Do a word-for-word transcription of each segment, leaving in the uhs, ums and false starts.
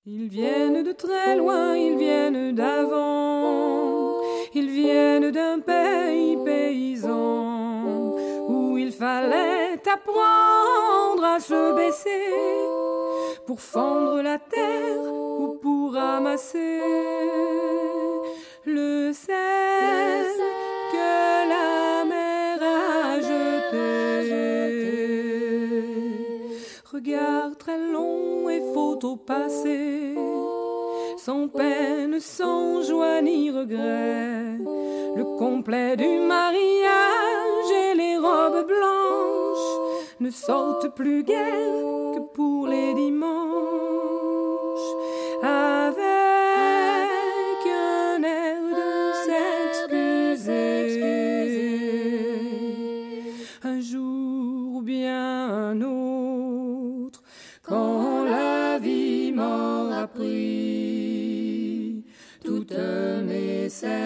Ils viennent de très loin, ils viennent d'avant, ils viennent d'un pays paysan où il fallait apprendre à se baisser pour fendre la terre ou pour ramasser le sel que la mer a jeté. Regard très long et faut au passé, sans peine, sans joie ni regret, le complet du mariage et les robes blanches ne sortent plus guère que pour les dimanches, avec un air de s'excuser. Un jour ou bien un autre, quand la vie m'aura pris toutes mes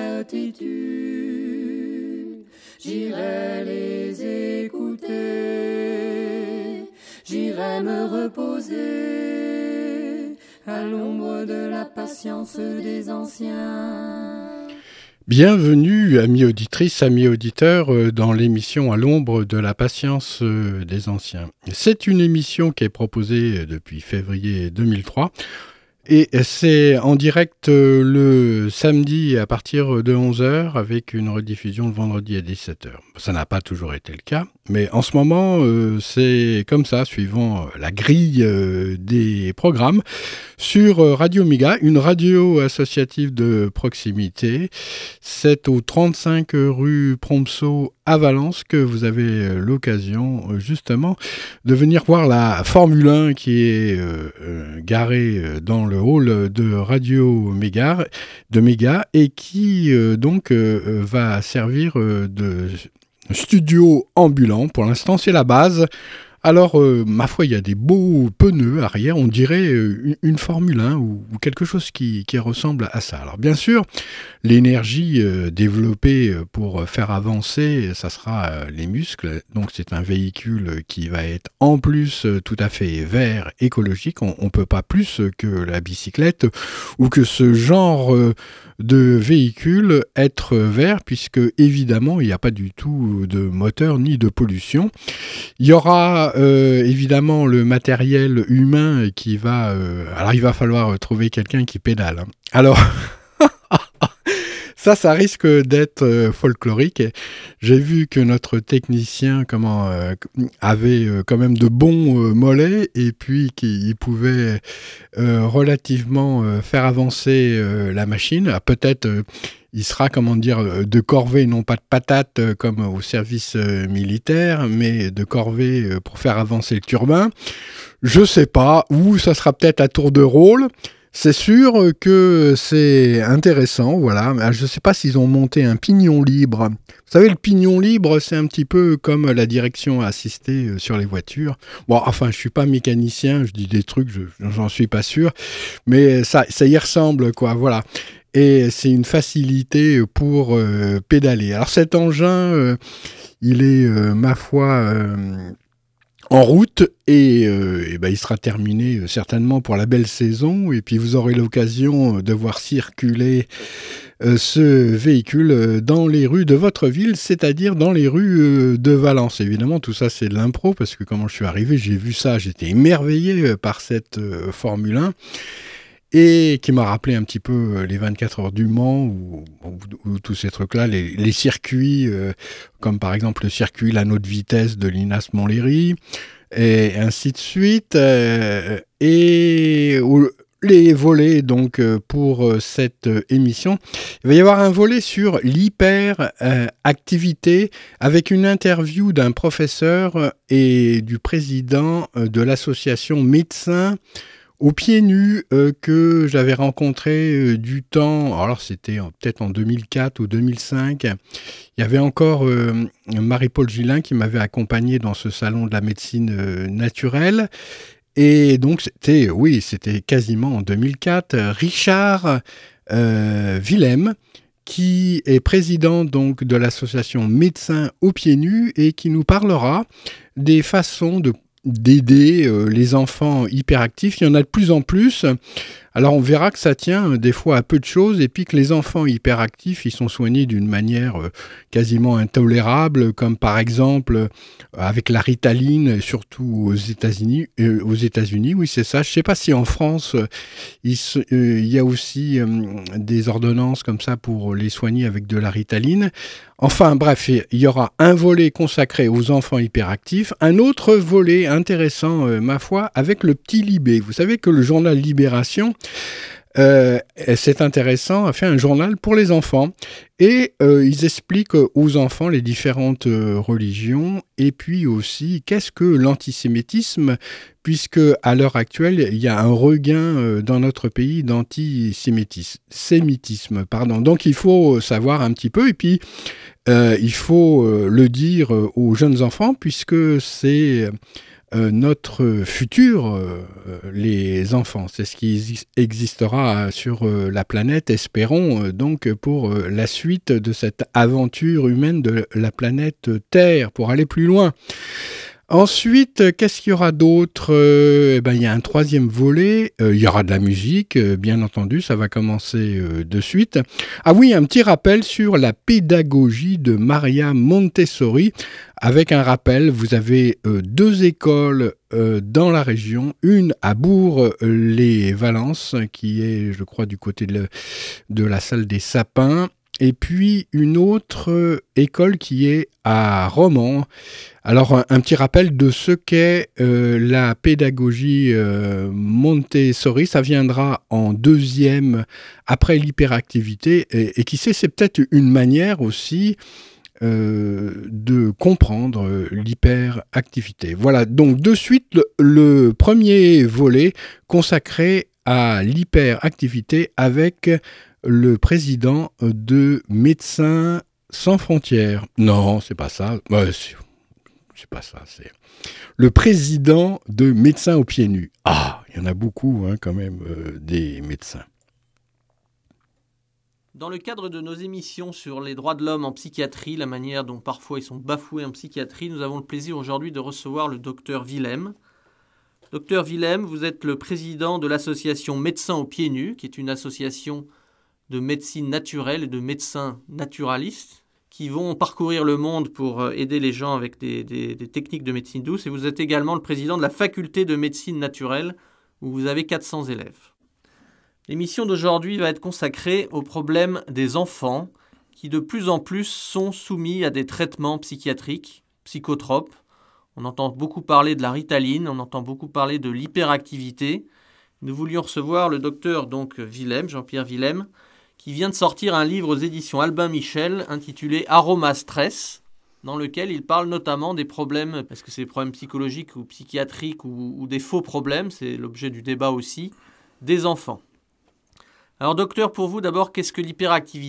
certitudes, j'irai les écouter, j'irai me reposer à l'ombre de la patience des anciens. Bienvenue, amis auditrices, amis auditeurs, dans l'émission À l'ombre de la patience des anciens. C'est une émission qui est proposée depuis février deux mille trois et c'est en direct le samedi à partir de onze heures avec une rediffusion le vendredi à dix-sept heures. Ça n'a pas toujours été le cas, mais en ce moment, euh, c'est comme ça, suivant la grille euh, des programmes, sur Radio Méga, une radio associative de proximité. C'est au trente-cinq rue Prompceau à Valence que vous avez l'occasion justement de venir voir la Formule un qui est euh, euh, garée dans le hall de Radio Méga, de Méga et qui euh, donc euh, va servir euh, de studio ambulant. Pour l'instant, c'est la base. Alors, euh, ma foi, il y a des beaux pneus arrière, on dirait euh, une, une Formule un ou, ou quelque chose qui, qui ressemble à ça. Alors, bien sûr, l'énergie euh, développée pour faire avancer, ça sera euh, les muscles. Donc, c'est un véhicule qui va être en plus euh, tout à fait vert, écologique. On ne peut pas plus que la bicyclette ou que ce genre euh, de véhicule être vert, puisque évidemment, il n'y a pas du tout de moteur ni de pollution. Il y aura euh, évidemment le matériel humain qui va... Euh, alors, il va falloir trouver quelqu'un qui pédale. Hein. Alors... Ça, ça risque d'être euh, folklorique. J'ai vu que notre technicien comment, euh, avait euh, quand même de bons euh, mollets et puis qu'il pouvait euh, relativement euh, faire avancer euh, la machine. Ah, peut-être euh, il sera, comment dire, de corvée, non pas de patate euh, comme au service euh, militaire, mais de corvée euh, pour faire avancer le turbin. Je sais pas, ou ça sera peut-être à tour de rôle. C'est sûr que c'est intéressant, voilà. Je ne sais pas s'ils ont monté un pignon libre. Vous savez, le pignon libre, c'est un petit peu comme la direction assistée sur les voitures. Bon, enfin, je ne suis pas mécanicien, je dis des trucs, je, j'en suis pas sûr, mais ça, ça y ressemble, quoi, voilà. Et c'est une facilité pour euh, pédaler. Alors cet engin, euh, il est, euh, ma foi... Euh, en route et, euh, et ben, il sera terminé euh, certainement pour la belle saison et puis vous aurez l'occasion de voir circuler euh, ce véhicule euh, dans les rues de votre ville, c'est-à-dire dans les rues euh, de Valence. Évidemment, tout ça c'est de l'impro parce que quand je suis arrivé, j'ai vu ça, j'étais émerveillé euh, par cette euh, Formule un. Et qui m'a rappelé un petit peu les vingt-quatre heures du Mans ou, ou, ou tous ces trucs-là, les, les circuits, euh, comme par exemple le circuit l'anneau de vitesse de Linas Montlhéry, et ainsi de suite. Euh, et ou, les volets donc pour cette émission. Il va y avoir un volet sur l'hyperactivité euh, avec une interview d'un professeur et du président de l'association Médecins aux pieds nus euh, que j'avais rencontré euh, du temps, alors c'était en, peut-être en deux mille quatre ou deux mille cinq, il y avait encore euh, Marie-Paul Gillin qui m'avait accompagné dans ce salon de la médecine euh, naturelle, et donc c'était, oui, c'était quasiment en deux mille quatre, Richard euh, Willem, qui est président donc de l'association Médecins aux pieds nus et qui nous parlera des façons de d'aider euh, les enfants hyperactifs. Il y en a de plus en plus. Alors on verra que ça tient euh, des fois à peu de choses et puis que les enfants hyperactifs, ils sont soignés d'une manière euh, quasiment intolérable, comme par exemple euh, avec la Ritaline, surtout aux États-Unis. Euh, aux États-Unis, oui c'est ça. Je ne sais pas si en France, euh, il, se, euh, il y a aussi euh, des ordonnances comme ça pour les soigner avec de la Ritaline. Enfin bref, il y aura un volet consacré aux enfants hyperactifs, un autre volet intéressant, euh, ma foi, avec le petit Libé. Vous savez que le journal Libération, euh, c'est intéressant, a fait un journal pour les enfants. Et euh, ils expliquent aux enfants les différentes euh, religions et puis aussi qu'est-ce que l'antisémitisme, puisque à l'heure actuelle, il y a un regain euh, dans notre pays d'antisémitisme. Sémitisme, pardon. Donc il faut savoir un petit peu et puis euh, il faut euh, le dire aux jeunes enfants puisque c'est euh, notre futur, euh, les enfants. C'est ce qui existera sur euh, la planète, espérons, euh, donc pour euh, la suite de cette aventure humaine de la planète Terre, pour aller plus loin. Ensuite, qu'est-ce qu'il y aura d'autre ? euh, eh ben, il y a un troisième volet, euh, il y aura de la musique, euh, bien entendu, ça va commencer euh, de suite. Ah oui, un petit rappel sur la pédagogie de Maria Montessori. Avec un rappel, vous avez euh, deux écoles euh, dans la région, une à Bourg-les-Valences, qui est, je crois, du côté de, le, de la salle des Sapins, et puis une autre école qui est à Romans. Alors, un, un petit rappel de ce qu'est euh, la pédagogie euh, Montessori, ça viendra en deuxième après l'hyperactivité, et, et qui sait, c'est peut-être une manière aussi euh, de comprendre l'hyperactivité. Voilà, donc de suite, le, le premier volet consacré à l'hyperactivité avec le président de Médecins sans frontières. Non, c'est pas ça. Ouais, c'est, c'est pas ça. C'est le président de Médecins aux pieds nus. Ah, il y en a beaucoup, hein, quand même, euh, des médecins. Dans le cadre de nos émissions sur les droits de l'homme en psychiatrie, la manière dont parfois ils sont bafoués en psychiatrie, nous avons le plaisir aujourd'hui de recevoir le docteur Willem. Docteur Willem, vous êtes le président de l'association Médecins aux pieds nus, qui est une association de médecine naturelle et de médecins naturalistes qui vont parcourir le monde pour aider les gens avec des, des, des techniques de médecine douce. Et vous êtes également le président de la faculté de médecine naturelle où vous avez quatre cents élèves. L'émission d'aujourd'hui va être consacrée au problème des enfants qui de plus en plus sont soumis à des traitements psychiatriques, psychotropes. On entend beaucoup parler de la Ritaline, on entend beaucoup parler de l'hyperactivité. Nous voulions recevoir le docteur donc Willem, Jean-Pierre Willem, qui vient de sortir un livre aux éditions Albin Michel intitulé Aroma Stress, dans lequel il parle notamment des problèmes, est-ce que c'est des problèmes psychologiques ou psychiatriques ou, ou des faux problèmes, c'est l'objet du débat aussi, des enfants. Alors docteur, pour vous d'abord, qu'est-ce que l'hyperactivité ?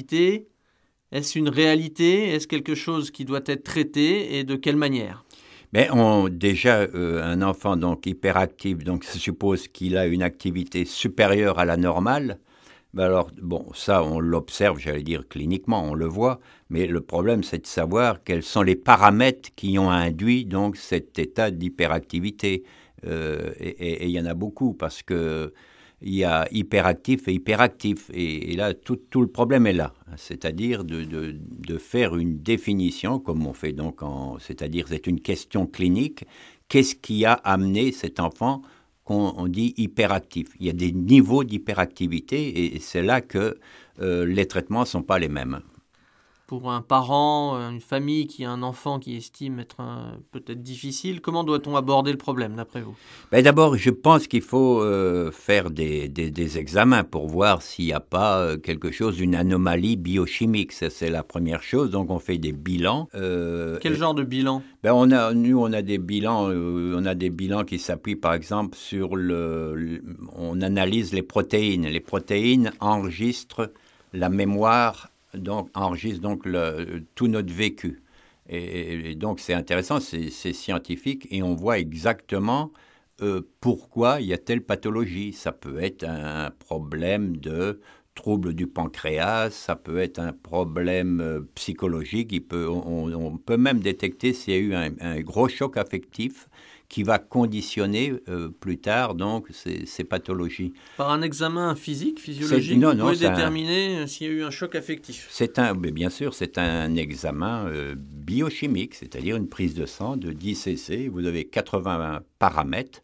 Est-ce une réalité ? Est-ce quelque chose qui doit être traité et de quelle manière ? Mais on, déjà, euh, un enfant donc hyperactif, donc ça suppose qu'il a une activité supérieure à la normale. Ben alors, bon, ça, on l'observe, j'allais dire cliniquement, on le voit, mais le problème, c'est de savoir quels sont les paramètres qui ont induit donc cet état d'hyperactivité. Euh, et il y en a beaucoup, parce que il y a hyperactif et hyperactif. Et, et là, tout, tout le problème est là. C'est-à-dire de, de, de faire une définition, comme on fait donc, en, c'est-à-dire c'est une question clinique. Qu'est-ce qui a amené cet enfant qu'on on dit hyperactif ? Il y a des niveaux d'hyperactivité et c'est là que euh, les traitements ne sont pas les mêmes. Pour un parent, une famille qui a un enfant qui estime être un, peut-être difficile, comment doit-on aborder le problème, d'après vous ? Ben d'abord, je pense qu'il faut euh, faire des, des, des examens pour voir s'il n'y a pas quelque chose, une anomalie biochimique. Ça, c'est la première chose. Donc, on fait des bilans. Euh, Quel et, genre de bilan ? Ben on a, nous, on a des bilans. Euh, on a des bilans qui s'appuient, par exemple, sur le, le... On analyse les protéines. Les protéines enregistrent la mémoire. Donc, enregistre donc le, tout notre vécu. Et, et donc, c'est intéressant, c'est, c'est scientifique, et on voit exactement euh, pourquoi il y a telle pathologie. Ça peut être un problème de trouble du pancréas, ça peut être un problème euh, psychologique. Il peut, on, on peut même détecter s'il y a eu un, un gros choc affectif qui va conditionner euh, plus tard donc ces, ces pathologies. Par un examen physique, physiologique, c'est, non, vous non, pouvez c'est déterminer un, s'il y a eu un choc affectif. C'est un, mais bien sûr, c'est un examen euh, biochimique, c'est-à-dire une prise de sang de dix centilitres. Vous avez quatre-vingts paramètres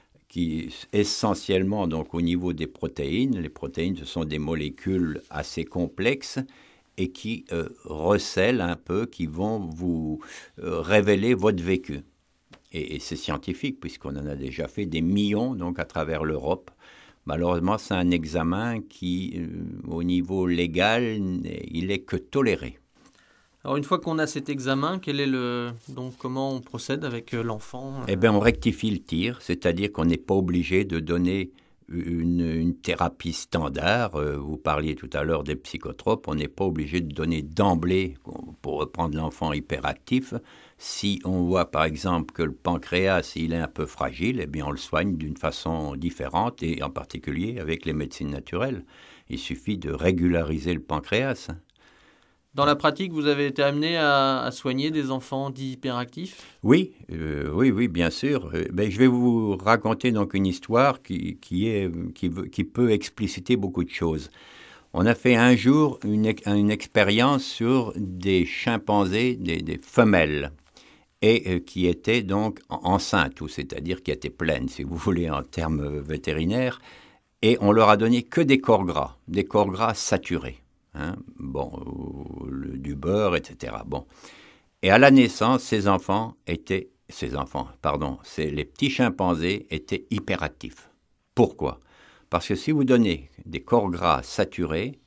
qui essentiellement donc au niveau des protéines. Les protéines, ce sont des molécules assez complexes et qui euh, recèlent un peu, qui vont vous euh, révéler votre vécu. Et, et c'est scientifique, puisqu'on en a déjà fait des millions donc, à travers l'Europe. Malheureusement, c'est un examen qui, euh, au niveau légal, il n'est que toléré. Alors, une fois qu'on a cet examen, quel est le... donc, comment on procède avec euh, l'enfant euh... Eh bien, on rectifie le tir, c'est-à-dire qu'on n'est pas obligé de donner Une, une thérapie standard. Euh, vous parliez tout à l'heure des psychotropes. On n'est pas obligé de donner d'emblée, pour reprendre l'enfant hyperactif. Si on voit par exemple que le pancréas il est un peu fragile, eh bien on le soigne d'une façon différente et en particulier avec les médecines naturelles. Il suffit de régulariser le pancréas. Dans la pratique, vous avez été amené à, à soigner des enfants dits hyperactifs ? Oui, euh, oui, oui, bien sûr. Euh, ben, je vais vous raconter donc une histoire qui, qui, est, qui, qui peut expliciter beaucoup de choses. On a fait un jour une, une expérience sur des chimpanzés, des, des femelles, et euh, qui étaient donc enceintes, ou c'est-à-dire qui étaient pleines, si vous voulez, en termes vétérinaires, et on leur a donné que des corps gras, des corps gras saturés. Hein, bon, le, du beurre, et cetera. Bon. Et à la naissance, ces enfants étaient, ces enfants, pardon, ces, les petits chimpanzés étaient hyperactifs. Pourquoi ? Parce que si vous donnez des corps gras saturés,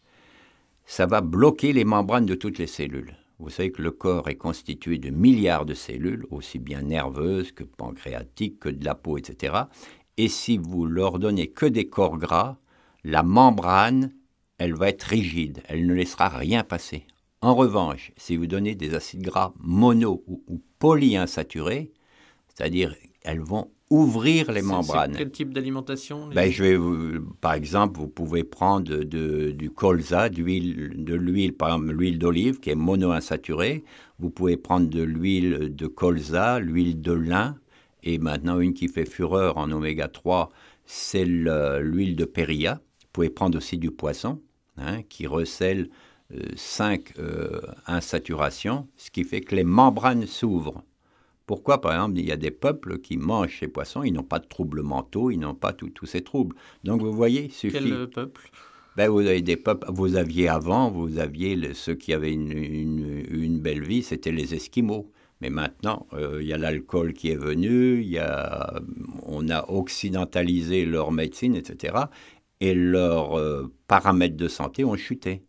ça va bloquer les membranes de toutes les cellules. Vous savez que le corps est constitué de milliards de cellules, aussi bien nerveuses que pancréatiques, que de la peau, et cetera. Et si vous leur donnez que des corps gras, la membrane elle va être rigide, elle ne laissera rien passer. En revanche, si vous donnez des acides gras mono ou, ou polyinsaturés, c'est-à-dire elles vont ouvrir les c'est, membranes. C'est quel type d'alimentation les... ben, je vais vous, Par exemple, vous pouvez prendre de, de, du colza, d'huile, de l'huile, par exemple l'huile d'olive qui est monoinsaturée. Vous pouvez prendre de l'huile de colza, l'huile de lin, et maintenant une qui fait fureur en oméga trois, c'est le, l'huile de périlla. Vous pouvez prendre aussi du poisson. Hein, qui recèle euh, cinq euh, insaturations, ce qui fait que les membranes s'ouvrent. Pourquoi, par exemple, il y a des peuples qui mangent ces poissons, ils n'ont pas de troubles mentaux, ils n'ont pas tous ces troubles. Donc, vous voyez, il suffit... Quel peuple ? Ben, vous avez des peuples, vous aviez avant, vous aviez le, ceux qui avaient une, une, une belle vie, c'était les Esquimaux. Mais maintenant, euh, il y a l'alcool qui est venu, il y a, on a occidentalisé leur médecine, et cetera, et leurs euh, paramètres de santé ont chuté.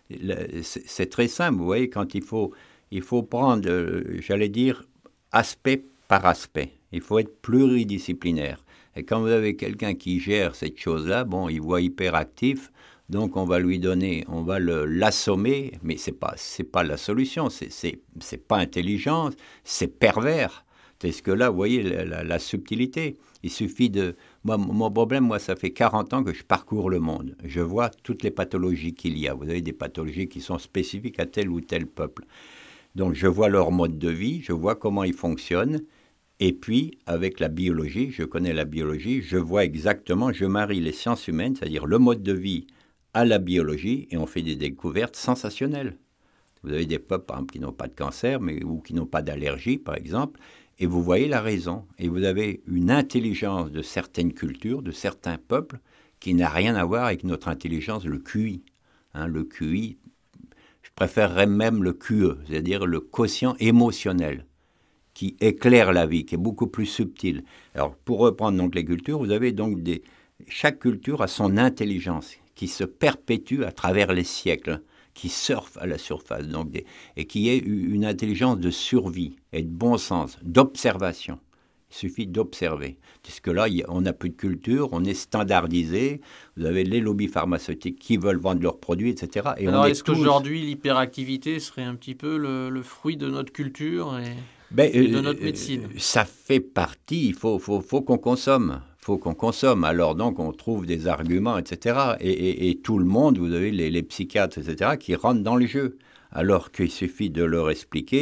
Le, c'est, c'est très simple, vous voyez, quand il faut, il faut prendre, euh, j'allais dire, aspect par aspect. Il faut être pluridisciplinaire. Et quand vous avez quelqu'un qui gère cette chose-là, bon, il voit hyperactif, donc on va lui donner, on va le, l'assommer, mais c'est pas, c'est pas la solution, c'est, c'est, c'est pas intelligent, c'est pervers. Parce que là, vous voyez la, la, la subtilité. Il suffit de... Moi, mon problème, moi, ça fait quarante ans que je parcours le monde. Je vois toutes les pathologies qu'il y a. Vous avez des pathologies qui sont spécifiques à tel ou tel peuple. Donc, je vois leur mode de vie, je vois comment ils fonctionnent. Et puis, avec la biologie, je connais la biologie, je vois exactement, je marie les sciences humaines, c'est-à-dire le mode de vie à la biologie, et on fait des découvertes sensationnelles. Vous avez des peuples, par exemple, qui n'ont pas de cancer, mais, ou qui n'ont pas d'allergie, par exemple, et vous voyez la raison. Et vous avez une intelligence de certaines cultures, de certains peuples, qui n'a rien à voir avec notre intelligence, le Q I. Hein, le Q I, je préférerais même le Q E, c'est-à-dire le quotient émotionnel, qui éclaire la vie, qui est beaucoup plus subtil. Alors, pour reprendre donc les cultures, vous avez donc des... Chaque culture a son intelligence, qui se perpétue à travers les siècles, qui surfe à la surface, donc des, et qui est une intelligence de survie et de bon sens, d'observation. Il suffit d'observer. Puisque là, on n'a plus de culture, on est standardisé. Vous avez les lobbies pharmaceutiques qui veulent vendre leurs produits, et cetera. Et alors, on est est-ce tous... qu'aujourd'hui, l'hyperactivité serait un petit peu le, le fruit de notre culture et, ben, et de euh, notre médecine ? Ça fait partie, il faut, faut, faut qu'on consomme. Il faut qu'on consomme. Alors donc, on trouve des arguments, et cetera. Et, et, et tout le monde, vous avez les, les psychiatres, et cetera, qui rentrent dans le jeu. Alors qu'il suffit de leur expliquer,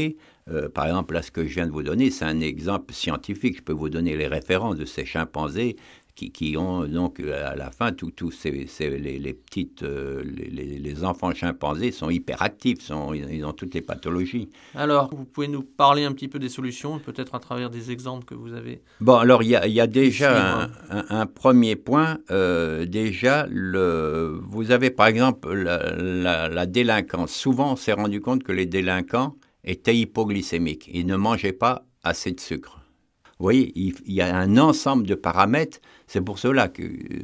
Euh, par exemple, là, ce que je viens de vous donner, c'est un exemple scientifique. Je peux vous donner les références de ces chimpanzés qui, qui ont donc à la fin, tous ces, ces, les, les petites, euh, les, les enfants chimpanzés sont hyperactifs, sont, ils ont toutes les pathologies. Alors, vous pouvez nous parler un petit peu des solutions, peut-être à travers des exemples que vous avez. Bon, alors il y a, y a déjà un, un, un premier point. Euh, déjà, le, vous avez par exemple la, la, la délinquance. Souvent, on s'est rendu compte que les délinquants étaient hypoglycémiques. Ils ne mangeaient pas assez de sucre. Vous voyez, il, il y a un ensemble de paramètres. C'est pour cela que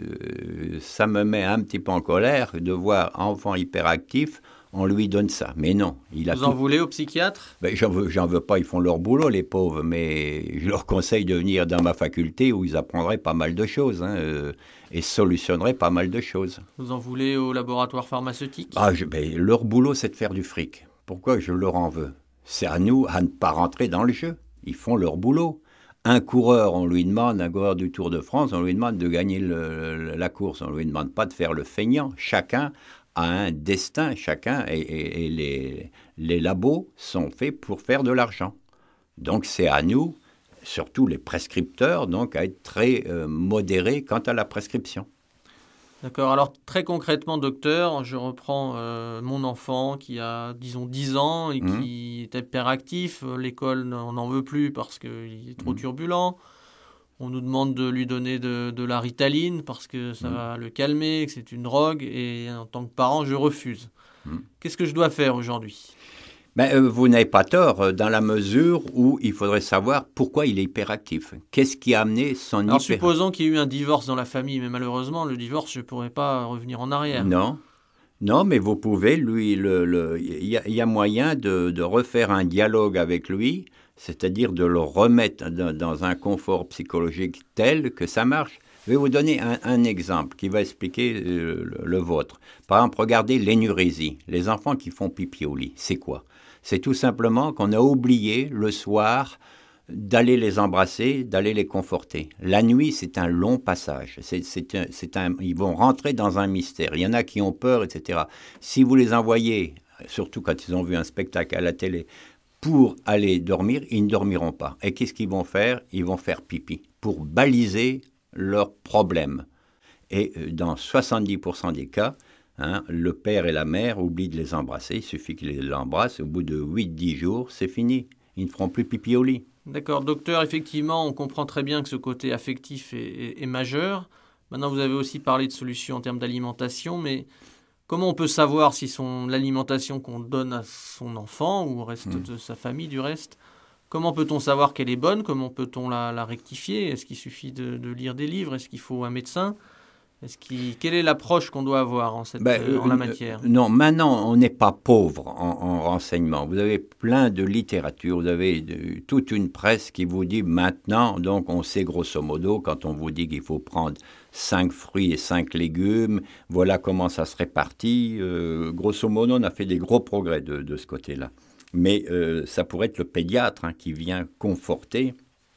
euh, ça me met un petit peu en colère de voir un enfant hyperactif, on lui donne ça. Mais non. Il a Vous tout... en voulez aux psychiatres ? Ben, j'en veux, j'en veux pas, ils font leur boulot, les pauvres. Mais je leur conseille de venir dans ma faculté où ils apprendraient pas mal de choses hein, euh, et solutionneraient pas mal de choses. Vous en voulez au laboratoire pharmaceutique ? Ah, je, ben, leur boulot, c'est de faire du fric. Pourquoi je leur en veux ? C'est à nous à ne pas rentrer dans le jeu. Ils font leur boulot. Un coureur, on lui demande, un coureur du Tour de France, on lui demande de gagner le, la course. On ne lui demande pas de faire le feignant. Chacun a un destin, chacun, et, et, et les, les labos sont faits pour faire de l'argent. Donc c'est à nous, surtout les prescripteurs, donc à être très euh, modérés quant à la prescription. D'accord. Alors, très concrètement, docteur, je reprends euh, mon enfant qui a, disons, dix ans et mmh. qui est hyperactif. L'école n'en veut plus parce qu'il est trop mmh. turbulent. On nous demande de lui donner de, de la Ritaline parce que ça mmh. va le calmer, que c'est une drogue. Et en tant que parent, je refuse. Mmh. Qu'est-ce que je dois faire aujourd'hui ? Ben, euh, vous n'avez pas tort euh, dans la mesure où il faudrait savoir pourquoi il est hyperactif. Qu'est-ce qui a amené son hyper... Alors supposons qu'il y ait eu un divorce dans la famille, mais malheureusement, le divorce, je ne pourrais pas revenir en arrière. Non, non, mais vous pouvez, lui, le, le, y, a, y a moyen de, de refaire un dialogue avec lui, c'est-à-dire de le remettre dans, dans un confort psychologique tel que ça marche. Je vais vous donner un, un exemple qui va expliquer euh, le, le vôtre. Par exemple, regardez l'énurésie. Les enfants qui font pipi au lit, c'est quoi ? C'est tout simplement qu'on a oublié le soir d'aller les embrasser, d'aller les conforter. La nuit, c'est un long passage. C'est, c'est un, c'est un, ils vont rentrer dans un mystère. Il y en a qui ont peur, et cetera. Si vous les envoyez, surtout quand ils ont vu un spectacle à la télé, pour aller dormir, ils ne dormiront pas. Et qu'est-ce qu'ils vont faire ? Ils vont faire pipi pour baliser leurs problèmes. Et dans soixante-dix pour cent des cas, Hein, le père et la mère oublient de les embrasser. Il suffit qu'ils les embrassent. Au bout de huit à dix jours, c'est fini. Ils ne feront plus pipi au lit. D'accord, docteur. Effectivement, on comprend très bien que ce côté affectif est, est, est majeur. Maintenant, vous avez aussi parlé de solutions en termes d'alimentation. Mais comment on peut savoir si son, l'alimentation qu'on donne à son enfant ou au reste mmh. de sa famille, du reste, comment peut-on savoir qu'elle est bonne ? Comment peut-on la, la rectifier ? Est-ce qu'il suffit de, de lire des livres ? Est-ce qu'il faut un médecin ? Est-ce qu'il, quelle est l'approche qu'on doit avoir en, cette, ben, euh, en la matière ? euh, Non, maintenant, on n'est pas pauvre en, en renseignements. Vous avez plein de littérature, vous avez de, toute une presse qui vous dit maintenant, donc on sait grosso modo, quand on vous dit qu'il faut prendre cinq fruits et cinq légumes, voilà comment ça se répartit. Euh, grosso modo, on a fait des gros progrès de, de ce côté-là. Mais euh, ça pourrait être le pédiatre hein, qui vient conforter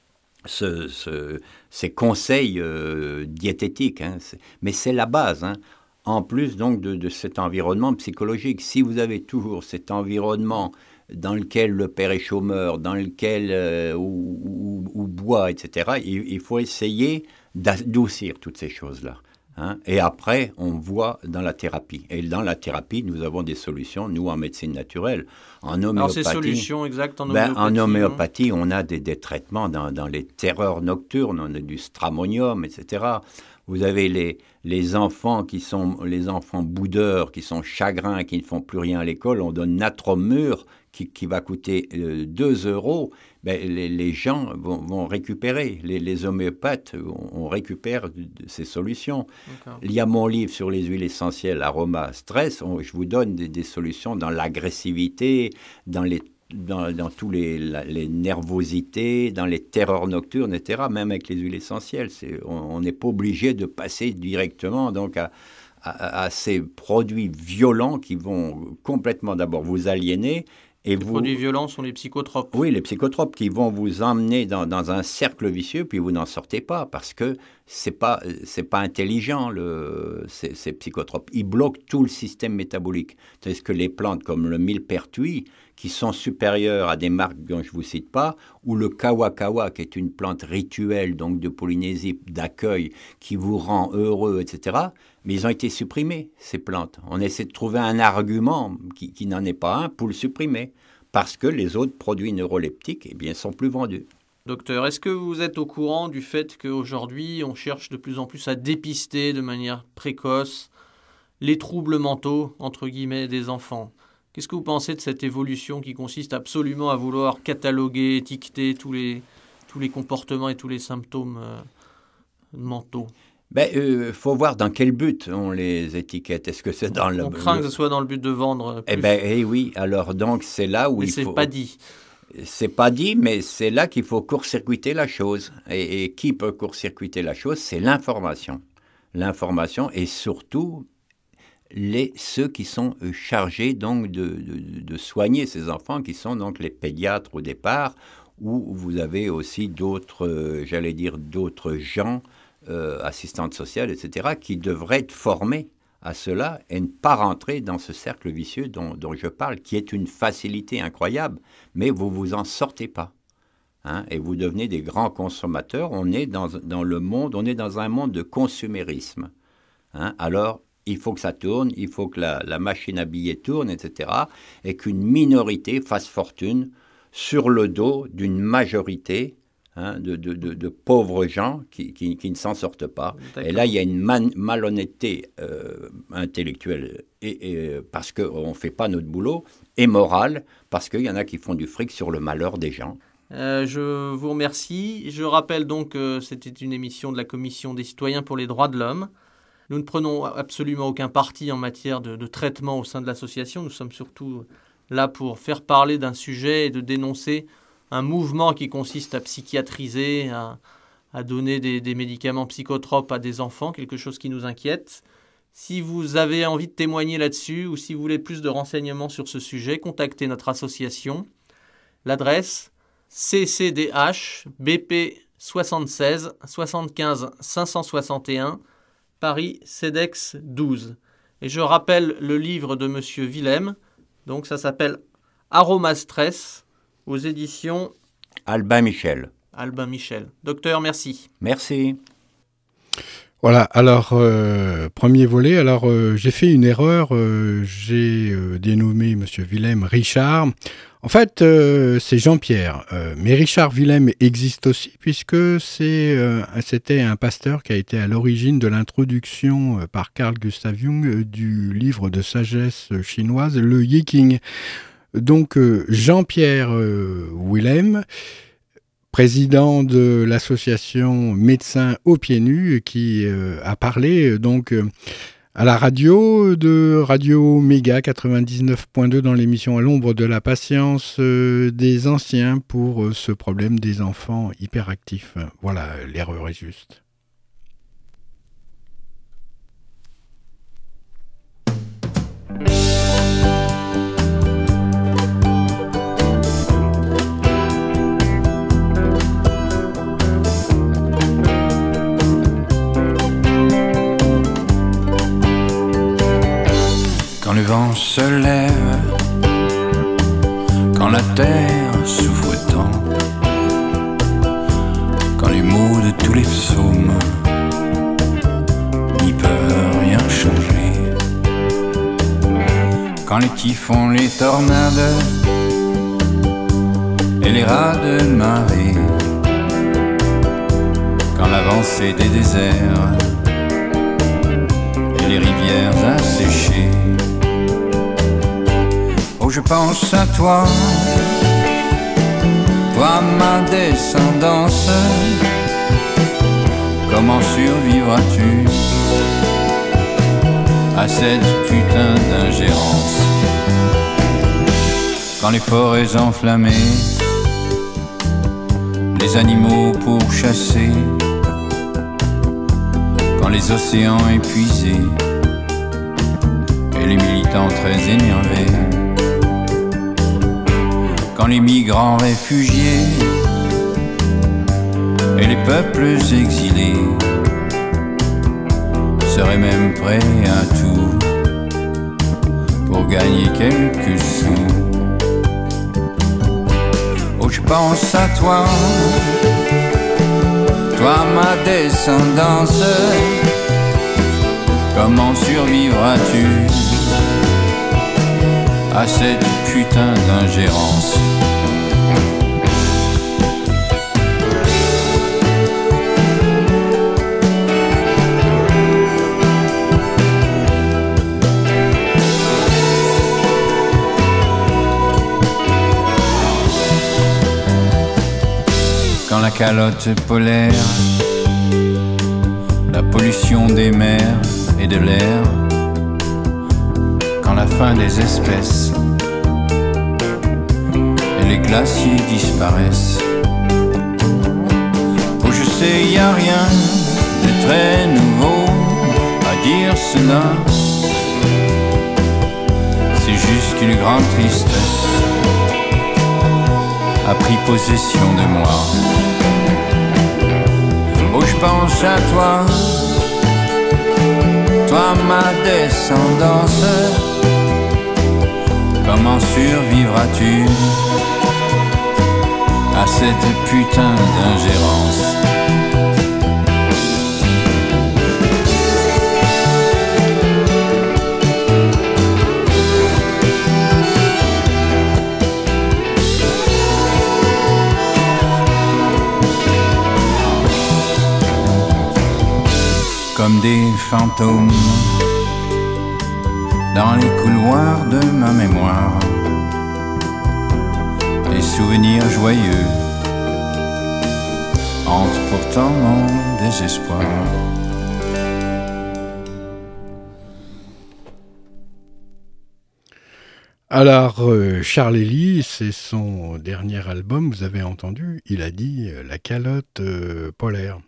Ce, ce, ces conseils euh, diététiques, hein, c'est, mais c'est la base, hein, en plus donc de, de cet environnement psychologique. Si vous avez toujours cet environnement dans lequel le père est chômeur, dans lequel euh, ou, ou, ou boit, et cetera, il, il faut essayer d'adoucir toutes ces choses-là. Hein, et après, on voit dans la thérapie. Et dans la thérapie, nous avons des solutions, nous, en médecine naturelle. En homéopathie, alors, ces solutions exactes en homéopathie, ben, en homéopathie, on a des, des traitements dans, dans les terreurs nocturnes, on a du stramonium, et cetera. Vous avez les, les enfants qui sont les enfants boudeurs, qui sont chagrins, qui ne font plus rien à l'école. On donne Natromur, qui, qui va coûter euh, deux euros. Ben, les, les gens vont, vont récupérer. Les, les homéopathes, on, on récupère de, de ces solutions. D'accord. Il y a mon livre sur les huiles essentielles, aroma, stress. On, je vous donne des, des solutions dans l'agressivité, dans les Dans, dans tous les, la, les nervosités, dans les terreurs nocturnes, et cetera, même avec les huiles essentielles. C'est, on n'est pas obligé de passer directement donc à, à, à ces produits violents qui vont complètement d'abord vous aliéner. Et les vous, produits violents sont les psychotropes. Oui, les psychotropes qui vont vous emmener dans, dans un cercle vicieux, puis vous n'en sortez pas, parce que c'est pas, c'est pas intelligent, le, ces, ces psychotropes. Ils bloquent tout le système métabolique. Tandis que les plantes comme le millepertuis, qui sont supérieures à des marques dont je ne vous cite pas, ou le kawakawa, qui est une plante rituelle donc de Polynésie, d'accueil, qui vous rend heureux, et cetera, mais ils ont été supprimés, ces plantes. On essaie de trouver un argument qui, qui n'en est pas un pour le supprimer, parce que les autres produits neuroleptiques, eh bien, sont plus vendus. Docteur, est-ce que vous êtes au courant du fait qu'aujourd'hui, on cherche de plus en plus à dépister de manière précoce les troubles mentaux, entre guillemets, des enfants ? Qu'est-ce que vous pensez de cette évolution qui consiste absolument à vouloir cataloguer, étiqueter tous les, tous les comportements et tous les symptômes euh, mentaux ? Ben, euh, faut voir dans quel but on les étiquette. Est-ce que c'est dans le... On craint que ce soit dans le but de vendre plus. Eh ben, eh oui, alors donc c'est là où Mais il c'est faut... pas dit. C'est pas dit, mais c'est là qu'il faut court-circuiter la chose. Et, et qui peut court-circuiter la chose ? C'est l'information. L'information et surtout les, ceux qui sont chargés donc de, de, de soigner ces enfants, qui sont donc les pédiatres au départ, où vous avez aussi d'autres, euh, j'allais dire, d'autres gens, euh, assistantes sociales, et cetera, qui devraient être formés à cela et ne pas rentrer dans ce cercle vicieux dont, dont je parle, qui est une facilité incroyable, mais vous ne vous en sortez pas. Hein, et vous devenez des grands consommateurs. On est dans, dans le monde, on est dans un monde de consumérisme. Hein, alors, il faut que ça tourne, il faut que la, la machine à billets tourne, et cetera, et qu'une minorité fasse fortune sur le dos d'une majorité hein, de, de, de, de pauvres gens qui, qui, qui ne s'en sortent pas. D'accord. Et là, il y a une man, malhonnêteté euh, intellectuelle, et, et, parce qu'on ne fait pas notre boulot, et morale, parce qu'il y en a qui font du fric sur le malheur des gens. Euh, je vous remercie. Je rappelle donc que c'était une émission de la Commission des citoyens pour les droits de l'homme. Nous ne prenons absolument aucun parti en matière de, de traitement au sein de l'association. Nous sommes surtout là pour faire parler d'un sujet et de dénoncer un mouvement qui consiste à psychiatriser, à, à donner des, des médicaments psychotropes à des enfants, quelque chose qui nous inquiète. Si vous avez envie de témoigner là-dessus ou si vous voulez plus de renseignements sur ce sujet, contactez notre association. L'adresse C C D H B P soixante-seize soixante-quinze cinq cent soixante et un Paris CEDEX douze. Et je rappelle le livre de Monsieur Willem, donc ça s'appelle Aroma Stress aux éditions Albin Michel. Albin Michel. Docteur, merci. Merci. Voilà, alors, euh, premier volet, alors euh, j'ai fait une erreur, euh, j'ai euh, dénommé M. Willem Richard. En fait, euh, c'est Jean-Pierre, euh, mais Richard Willem existe aussi puisque c'est, euh, c'était un pasteur qui a été à l'origine de l'introduction euh, par Carl Gustav Jung euh, du livre de sagesse chinoise, le Yiking. Donc, euh, Jean-Pierre euh, Willem, président de l'association Médecins aux pieds nus, qui euh, a parlé donc euh, à la radio de Radio Méga quatre-vingt-dix-neuf point deux dans l'émission À l'ombre de la patience euh, des anciens pour euh, ce problème des enfants hyperactifs. Voilà, l'erreur est juste. Quand le vent se lève, quand la terre souffre tant, quand les mots de tous les psaumes n'y peuvent rien changer, quand les typhons, les tornades et les rats de marée, quand l'avancée des déserts et les rivières asséchées. Oh, je pense à toi, toi ma descendance. Comment survivras-tu à cette putain d'ingérence? Quand les forêts enflammées, les animaux pourchassés, quand les océans épuisés et les militants très énervés, quand les migrants réfugiés et les peuples exilés serais même prêt à tout pour gagner quelques sous. Oh, je pense à toi, toi ma descendance. Comment survivras-tu à cette putain d'ingérence? Quand la calotte polaire, la pollution des mers et de l'air, quand la fin des espèces et les glaciers disparaissent. Oh, je sais, y a rien de très nouveau à dire cela. C'est juste qu'une grande tristesse a pris possession de moi. Oh, je pense à toi, toi ma descendance. Comment survivras-tu à cette putain d'ingérence? Comme des fantômes dans les couloirs de ma mémoire, des souvenirs joyeux hantent pourtant mon désespoir. Alors, euh, Charles Elie, c'est son dernier album, vous avez entendu, il a dit euh, la calotte euh, polaire.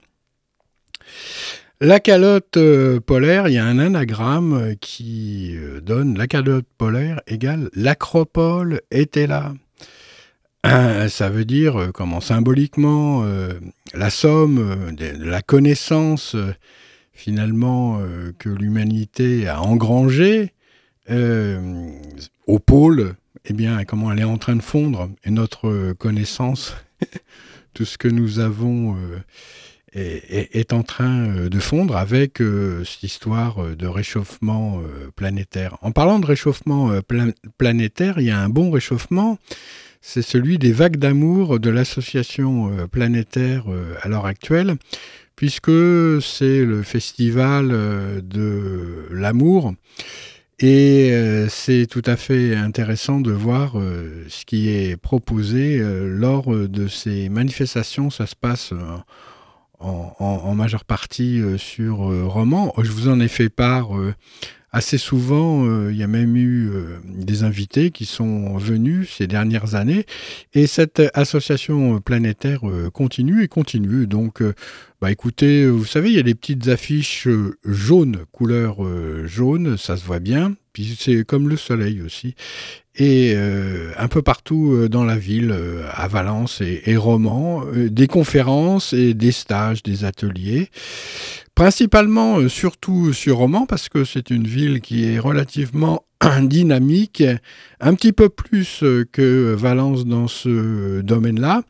La calotte euh, polaire, il y a un anagramme qui euh, donne la calotte polaire égale l'acropole était là. Euh, ça veut dire, euh, comment symboliquement, euh, la somme euh, de, de la connaissance euh, finalement euh, que l'humanité a engrangée euh, au pôle, eh bien, comment elle est en train de fondre. Et notre connaissance, tout ce que nous avons... Euh, Est, est en train de fondre avec euh, cette histoire de réchauffement euh, planétaire. En parlant de réchauffement euh, pla- planétaire, il y a un bon réchauffement, c'est celui des vagues d'amour de l'association euh, planétaire euh, à l'heure actuelle, puisque c'est le festival euh, de l'amour. Et euh, c'est tout à fait intéressant de voir euh, ce qui est proposé euh, lors de ces manifestations. Ça se passe... Euh, En, en, en majeure partie euh, sur euh, Romans. Je vous en ai fait part euh, assez souvent. Il euh, y a même eu euh, des invités qui sont venus ces dernières années. Et cette association planétaire euh, continue et continue. Donc, euh, bah, écoutez, vous savez, il y a des petites affiches euh, jaunes, couleur euh, jaune, ça se voit bien. Puis c'est comme le soleil aussi. Et euh, un peu partout euh, dans la ville, euh, à Valence et, et Romans, euh, des conférences et des stages, des ateliers, principalement euh, surtout sur Romans, parce que c'est une ville qui est relativement dynamique, un petit peu plus euh, que Valence dans ce domaine-là.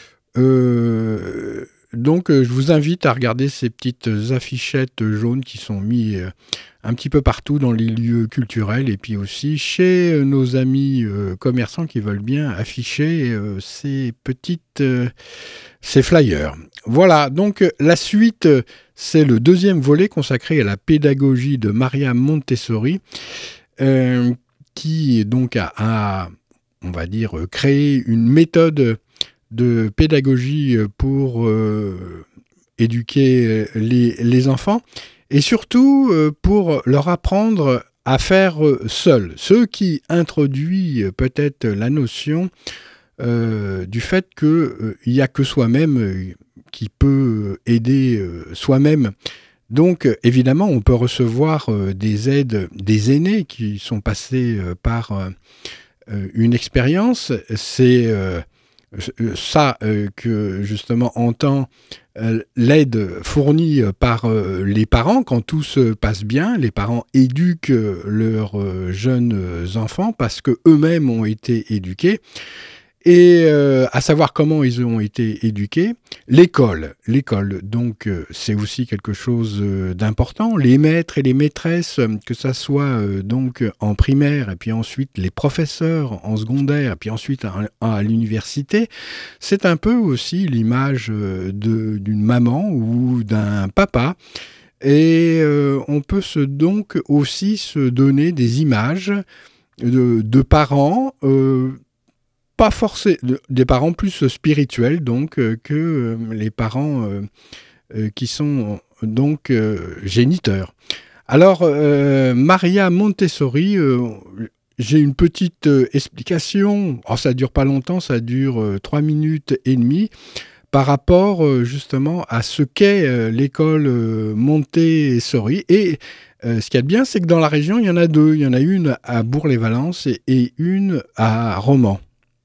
Euh, donc euh, je vous invite à regarder ces petites affichettes jaunes qui sont mises euh, un petit peu partout dans les lieux culturels et puis aussi chez euh, nos amis euh, commerçants qui veulent bien afficher euh, ces petites euh, ces flyers. Voilà, donc euh, la suite, euh, c'est le deuxième volet consacré à la pédagogie de Maria Montessori, euh, qui donc a, a, on va dire, créé une méthode de pédagogie pour euh, éduquer les, les enfants. Et surtout euh, pour leur apprendre à faire euh, seuls. Ce qui introduit euh, peut-être la notion euh, du fait qu'il euh, n'y a que soi-même euh, qui peut aider euh, soi-même. Donc euh, évidemment, on peut recevoir euh, des aides des aînés qui sont passés euh, par euh, une expérience. C'est euh, ça euh, que justement entend euh, l'aide fournie par euh, les parents quand tout se passe bien. Les parents éduquent leurs euh, jeunes enfants parce qu'eux-mêmes ont été éduqués. Et euh, à savoir comment ils ont été éduqués, l'école, l'école, donc euh, c'est aussi quelque chose euh, d'important. Les maîtres et les maîtresses, que ça soit euh, donc en primaire et puis ensuite les professeurs en secondaire et puis ensuite à, à l'université, c'est un peu aussi l'image euh, de, d'une maman ou d'un papa. Et euh, on peut se, donc aussi se donner des images de, de parents. Euh, Pas forcément des parents plus spirituels donc euh, que euh, les parents euh, euh, qui sont donc euh, géniteurs. Alors euh, Maria Montessori, euh, j'ai une petite euh, explication. Oh, ça dure pas longtemps, ça dure euh, trois minutes et demie par rapport euh, justement à ce qu'est euh, l'école euh, Montessori. Et euh, ce qu'il y a de bien, c'est que dans la région, il y en a deux. Il y en a une à Bourg-les-Valences et, et une à Romans.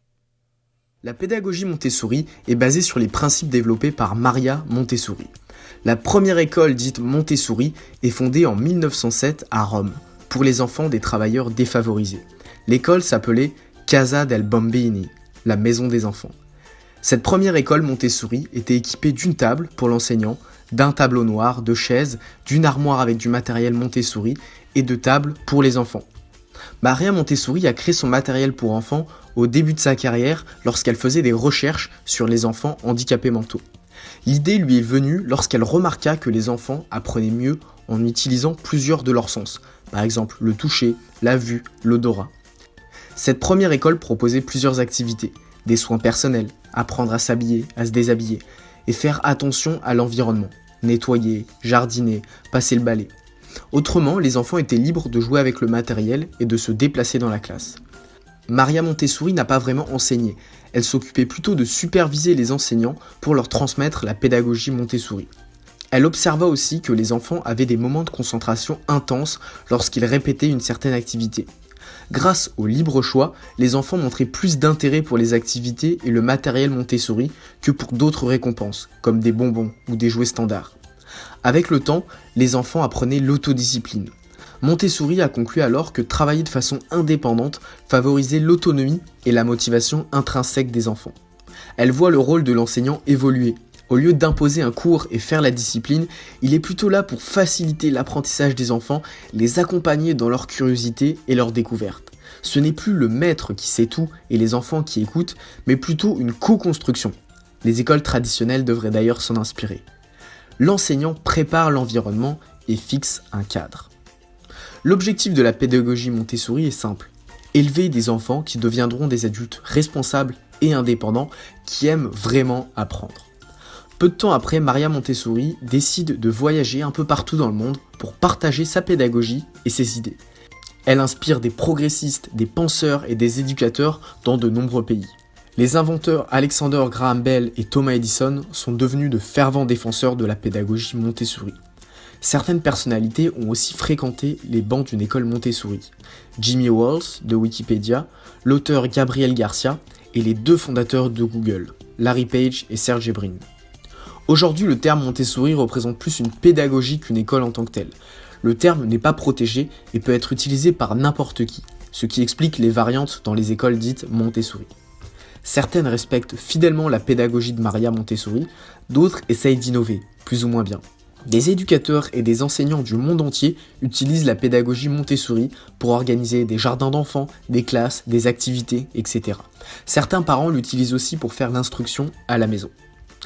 La pédagogie Montessori est basée sur les principes développés par Maria Montessori. La première école dite Montessori est fondée en mille neuf cent sept à Rome, pour les enfants des travailleurs défavorisés. L'école s'appelait Casa del Bambini, la maison des enfants. Cette première école Montessori était équipée d'une table pour l'enseignant, d'un tableau noir, de chaises, d'une armoire avec du matériel Montessori et de tables pour les enfants. Maria Montessori a créé son matériel pour enfants au début de sa carrière lorsqu'elle faisait des recherches sur les enfants handicapés mentaux. L'idée lui est venue lorsqu'elle remarqua que les enfants apprenaient mieux en utilisant plusieurs de leurs sens, par exemple le toucher, la vue, l'odorat. Cette première école proposait plusieurs activités, des soins personnels, apprendre à s'habiller, à se déshabiller, et faire attention à l'environnement, nettoyer, jardiner, passer le balai. Autrement, les enfants étaient libres de jouer avec le matériel et de se déplacer dans la classe. Maria Montessori n'a pas vraiment enseigné, elle s'occupait plutôt de superviser les enseignants pour leur transmettre la pédagogie Montessori. Elle observa aussi que les enfants avaient des moments de concentration intenses lorsqu'ils répétaient une certaine activité. Grâce au libre choix, les enfants montraient plus d'intérêt pour les activités et le matériel Montessori que pour d'autres récompenses, comme des bonbons ou des jouets standards. Avec le temps, les enfants apprenaient l'autodiscipline. Montessori a conclu alors que travailler de façon indépendante favorisait l'autonomie et la motivation intrinsèque des enfants. Elle voit le rôle de l'enseignant évoluer. Au lieu d'imposer un cours et faire la discipline, il est plutôt là pour faciliter l'apprentissage des enfants, les accompagner dans leur curiosité et leur découverte. Ce n'est plus le maître qui sait tout et les enfants qui écoutent, mais plutôt une co-construction. Les écoles traditionnelles devraient d'ailleurs s'en inspirer. L'enseignant prépare l'environnement et fixe un cadre. L'objectif de la pédagogie Montessori est simple, élever des enfants qui deviendront des adultes responsables et indépendants qui aiment vraiment apprendre. Peu de temps après, Maria Montessori décide de voyager un peu partout dans le monde pour partager sa pédagogie et ses idées. Elle inspire des progressistes, des penseurs et des éducateurs dans de nombreux pays. Les inventeurs Alexander Graham Bell et Thomas Edison sont devenus de fervents défenseurs de la pédagogie Montessori. Certaines personnalités ont aussi fréquenté les bancs d'une école Montessori. Jimmy Wales de Wikipédia, l'auteur Gabriel Garcia et les deux fondateurs de Google, Larry Page et Sergey Brin. Aujourd'hui, le terme Montessori représente plus une pédagogie qu'une école en tant que telle. Le terme n'est pas protégé et peut être utilisé par n'importe qui, ce qui explique les variantes dans les écoles dites Montessori. Certaines respectent fidèlement la pédagogie de Maria Montessori, d'autres essayent d'innover, plus ou moins bien. Des éducateurs et des enseignants du monde entier utilisent la pédagogie Montessori pour organiser des jardins d'enfants, des classes, des activités, et cetera. Certains parents l'utilisent aussi pour faire l'instruction à la maison.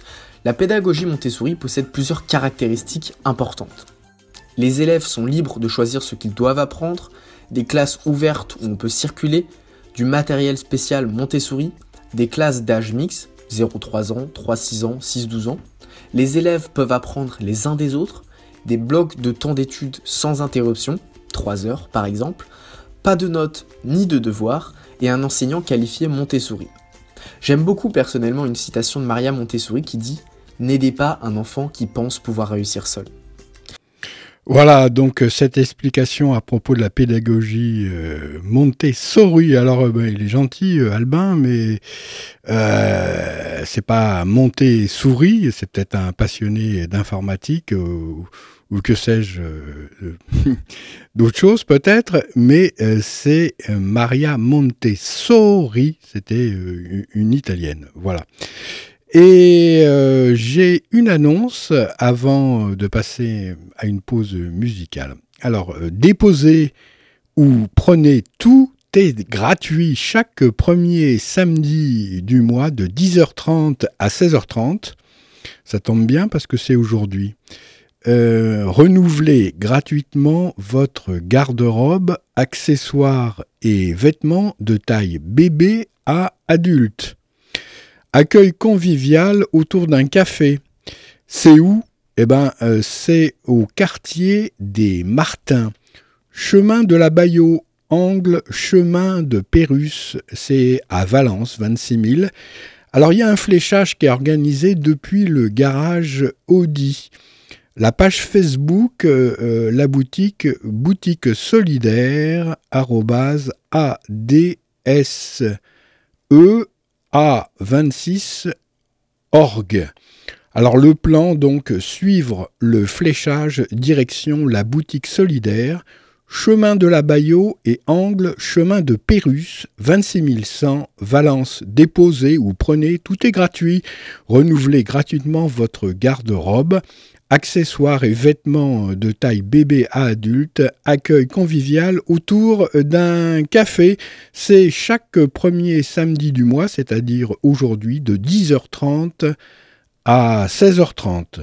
La pédagogie Montessori possède plusieurs caractéristiques importantes. Les élèves sont libres de choisir ce qu'ils doivent apprendre, des classes ouvertes où on peut circuler, du matériel spécial Montessori, des classes d'âge mixte, zéro à trois ans, trois à six ans, six à douze ans. Les élèves peuvent apprendre les uns des autres, des blocs de temps d'études sans interruption, trois heures par exemple, pas de notes ni de devoirs, et un enseignant qualifié Montessori. J'aime beaucoup personnellement une citation de Maria Montessori qui dit « N'aidez pas un enfant qui pense pouvoir réussir seul ». Voilà, donc euh, cette explication à propos de la pédagogie euh, Montessori. Alors, euh, ben, il est gentil, euh, Albin, mais euh, c'est pas Montessori, c'est peut-être un passionné d'informatique euh, ou que sais-je, euh, d'autres choses peut-être, mais euh, c'est euh, Maria Montessori, c'était euh, une italienne, voilà. Et euh, j'ai une annonce avant de passer à une pause musicale. Alors, euh, déposez ou prenez, tout est gratuit chaque premier samedi du mois de dix heures trente à seize heures trente. Ça tombe bien parce que c'est aujourd'hui. Euh, renouvelez gratuitement votre garde-robe, accessoires et vêtements de taille bébé à adulte. Accueil convivial autour d'un café. C'est où ? Eh ben, euh, c'est au quartier des Martins. Chemin de la Bayau, angle chemin de Pérusse. C'est à Valence, vingt-six mille. Alors, il y a un fléchage qui est organisé depuis le garage Audi. La page Facebook, euh, la boutique, boutique solidaire, arrobase, A D S E, A vingt-six org. Alors le plan, donc, suivre le fléchage direction la boutique solidaire, chemin de la Bayau et angle chemin de Pérusse, vingt-six mille cent, Valence. Déposez ou prenez, tout est gratuit. Renouvelez gratuitement votre garde-robe, accessoires et vêtements de taille bébé à adulte, accueil convivial autour d'un café. C'est chaque premier samedi du mois, c'est-à-dire aujourd'hui, de dix heures trente à seize heures trente.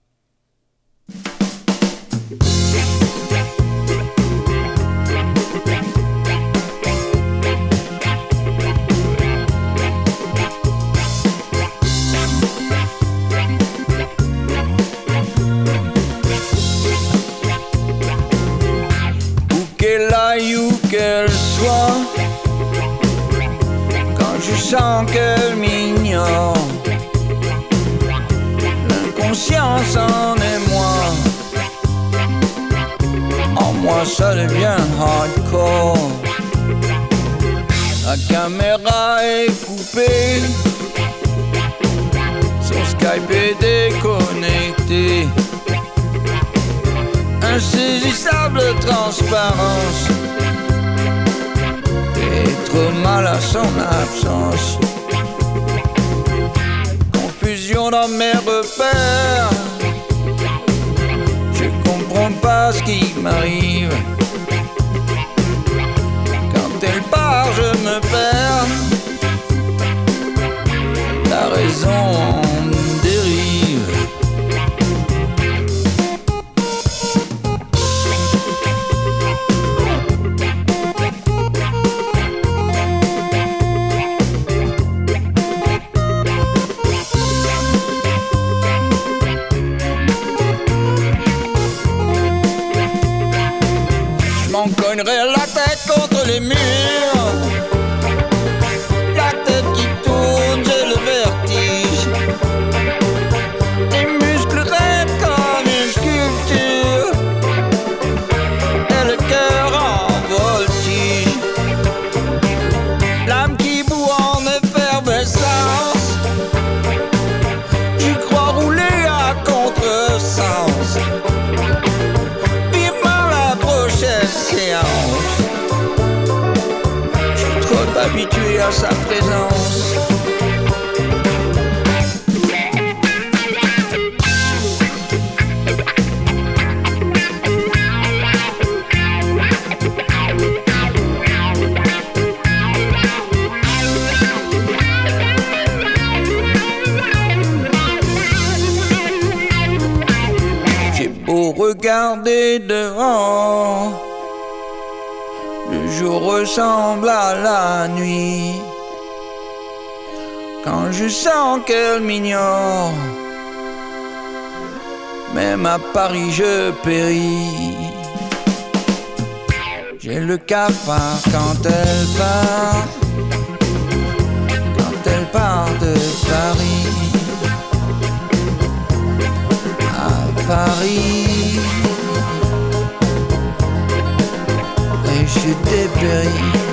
Qu'elle soit, quand je sens qu'elle m'ignore, l'inconscience en émoi, en moi ça devient hardcore. La caméra est coupée, son Skype est déconnecté, insaisissable transparence, et trop mal à son absence. Confusion dans mes repères, je comprends pas ce qui m'arrive. Quand elle part, je me perds, la raison dérive. Cognerai la tête contre les murs, la tête qui tourne, j'ai le vertige, les muscles raides comme une sculpture, et le cœur en voltige, l'âme qui bout en effervescence, j'y crois rouler à contresens. Je suis trop habitué à sa présence. J'ai beau regarder devant, le jour ressemble à la nuit. Quand je sens qu'elle m'ignore, même à Paris je péris. J'ai le cafard quand elle part, quand elle part de Paris. À Paris, je dépéris.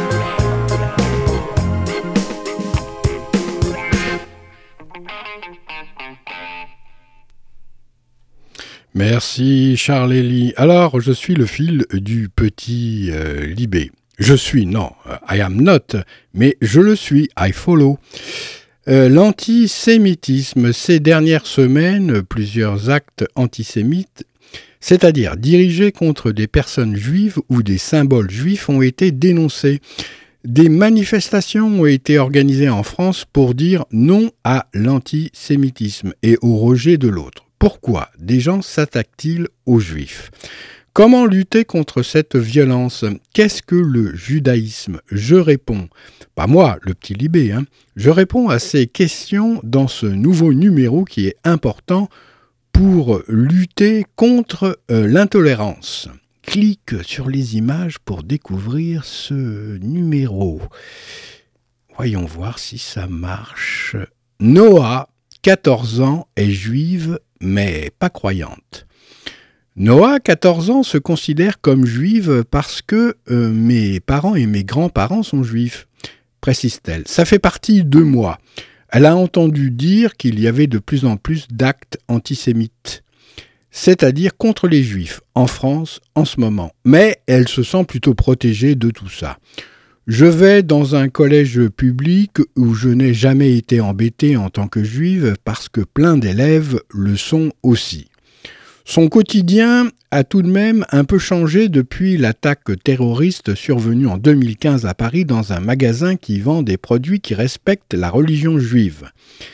Merci Charles Elie. Alors, je suis le fil du petit euh, Libé. Je suis, non, I am not, mais je le suis, I follow. Euh, l'antisémitisme, ces dernières semaines, plusieurs actes antisémites, c'est-à-dire dirigés contre des personnes juives ou des symboles juifs, ont été dénoncés. Des manifestations ont été organisées en France pour dire non à l'antisémitisme et au rejet de l'autre. Pourquoi des gens s'attaquent-ils aux juifs ? Comment lutter contre cette violence ? Qu'est-ce que le judaïsme ? Je réponds, pas moi, le petit Libé, hein, je réponds à ces questions dans ce nouveau numéro qui est important pour lutter contre euh, l'intolérance. Clique sur les images pour découvrir ce numéro. Voyons voir si ça marche. Noah, quatorze ans, est juive, mais pas croyante. Noah, quatorze ans, se considère comme juive parce que euh, mes parents et mes grands-parents sont juifs, précise-t-elle. Ça fait partie de moi. Elle a entendu dire qu'il y avait de plus en plus d'actes antisémites, c'est-à-dire contre les juifs, en France en ce moment. Mais elle se sent plutôt protégée de tout ça. Je vais dans un collège public où je n'ai jamais été embêtée en tant que juive parce que plein d'élèves le sont aussi. Son quotidien a tout de même un peu changé depuis l'attaque terroriste survenue en deux mille quinze à Paris dans un magasin qui vend des produits qui respectent la religion juive.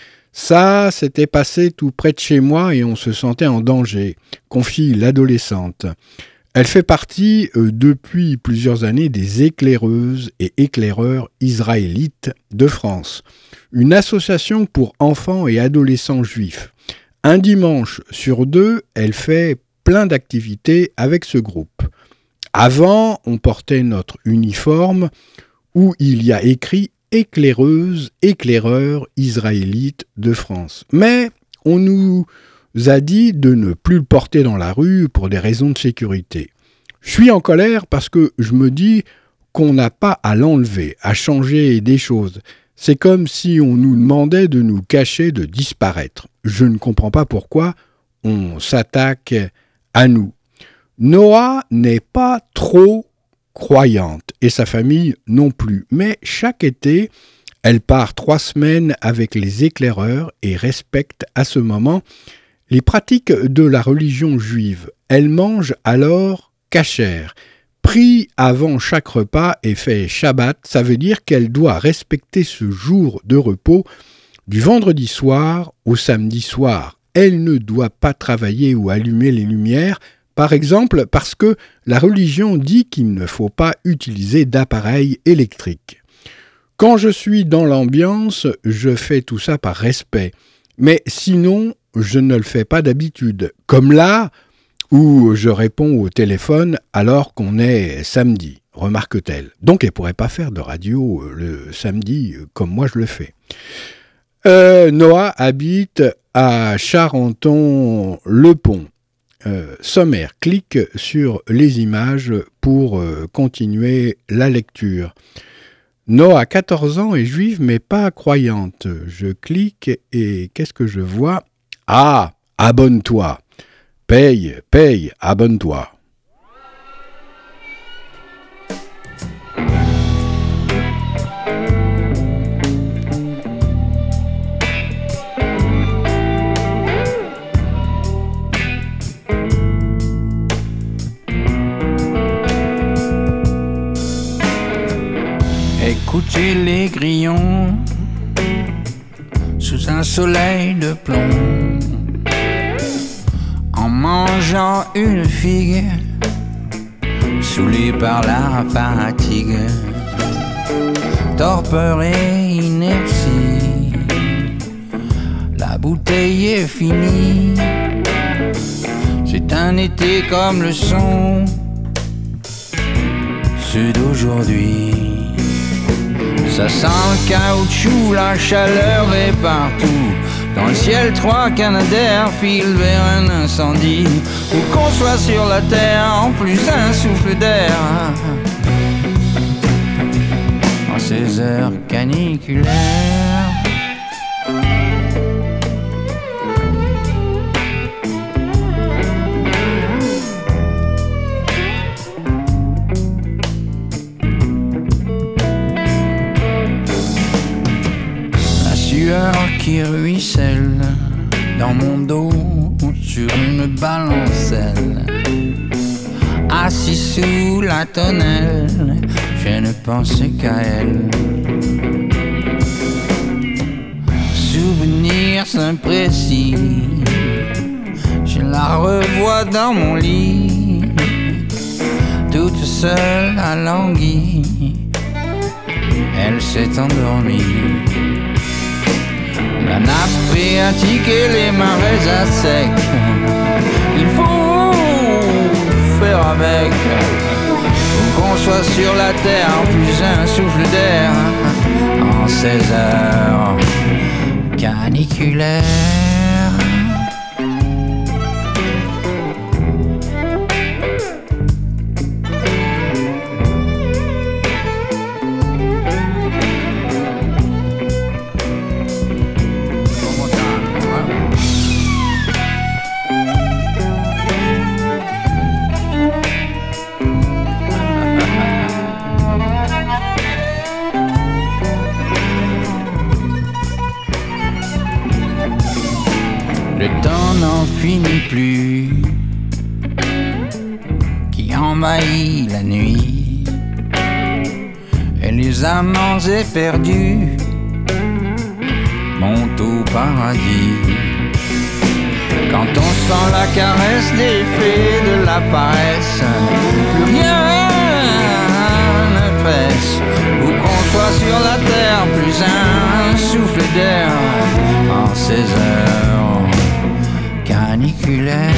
Ça, s'était passé tout près de chez moi et on se sentait en danger, confie l'adolescente. Elle fait partie euh, depuis plusieurs années des éclaireuses et éclaireurs israélites de France, une association pour enfants et adolescents juifs. Un dimanche sur deux, elle fait plein d'activités avec ce groupe. Avant, on portait notre uniforme où il y a écrit « Éclaireuse, éclaireur israélite de France ». Mais on nous a dit de ne plus le porter dans la rue pour des raisons de sécurité. Je suis en colère parce que je me dis qu'on n'a pas à l'enlever, à changer des choses. C'est comme si on nous demandait de nous cacher, de disparaître. Je ne comprends pas pourquoi on s'attaque à nous. Noah n'est pas trop croyante et sa famille non plus. Mais chaque été, elle part trois semaines avec les éclaireurs et respecte à ce moment les pratiques de la religion juive. Elle mange alors kasher. Pris avant chaque repas et fait Shabbat, ça veut dire qu'elle doit respecter ce jour de repos du vendredi soir au samedi soir. Elle ne doit pas travailler ou allumer les lumières, par exemple parce que la religion dit qu'il ne faut pas utiliser d'appareils électriques. Quand je suis dans l'ambiance, je fais tout ça par respect, mais sinon, je ne le fais pas d'habitude. Comme là, où je réponds au téléphone alors qu'on est samedi, remarque-t-elle. Donc elle ne pourrait pas faire de radio le samedi comme moi je le fais. Euh, Noah habite à Charenton-le-Pont. Euh, sommaire, clique sur les images pour euh, continuer la lecture. Noah, quatorze ans, est juive mais pas croyante. Je clique et qu'est-ce que je vois ? Ah, abonne-toi. Paye, paye, abonne-toi. Écoutez les grillons sous un soleil de plomb, en mangeant une figue, saoulé par la fatigue, torpeur et inertie. La bouteille est finie, c'est un été comme le son, ceux d'aujourd'hui. Ça sent le caoutchouc, la chaleur est partout. Dans le ciel, trois canadaires filent vers un incendie. Où qu'on soit sur la terre, en plus un souffle d'air ces heures caniculaires. La sueur qui ruisselle dans mon dos sur une balancelle. Assis sous la tonnelle, je ne pensais qu'à elle. Souvenirs imprécis, je la revois dans mon lit, toute seule alanguie, elle s'est endormie. La nappe phréatique et les marais à sec, il faut faire avec. Faut qu'on soit sur la terre, plus un souffle d'air en ces heures caniculaires. Finit plus, qui envahit la nuit, et les amants éperdus montent au paradis. Quand on sent la caresse des fées de la paresse, plus rien ne presse. Où qu'on soit sur la terre, plus un souffle d'air en ces heures caniculaire.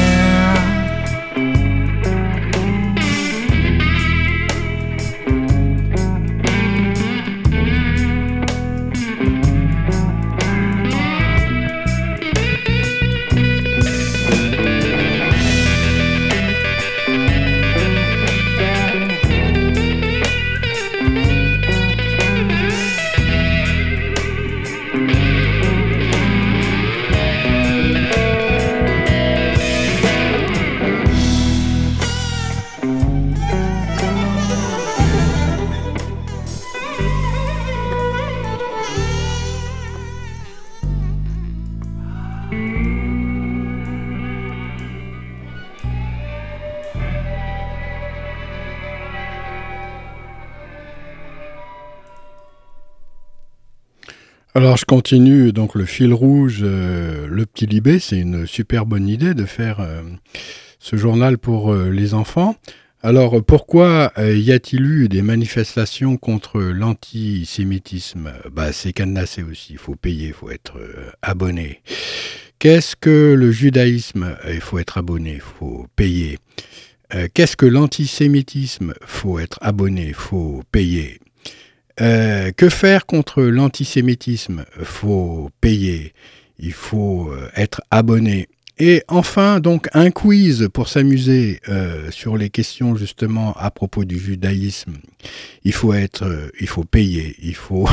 Alors je continue donc le fil rouge, euh, le petit Libé, c'est une super bonne idée de faire euh, ce journal pour euh, les enfants. Alors pourquoi euh, y a-t-il eu des manifestations contre l'antisémitisme ? Bah c'est cadenassé aussi, il faut payer, il faut être euh, abonné. Qu'est-ce que le judaïsme ? Il faut être abonné, il faut payer. Euh, qu'est-ce que l'antisémitisme ? Il faut être abonné, il faut payer. Euh, que faire contre l'antisémitisme ? Il faut payer, il faut euh, être abonné. Et enfin, donc, un quiz pour s'amuser euh, sur les questions justement à propos du judaïsme. Il faut être, euh, il faut payer, il faut...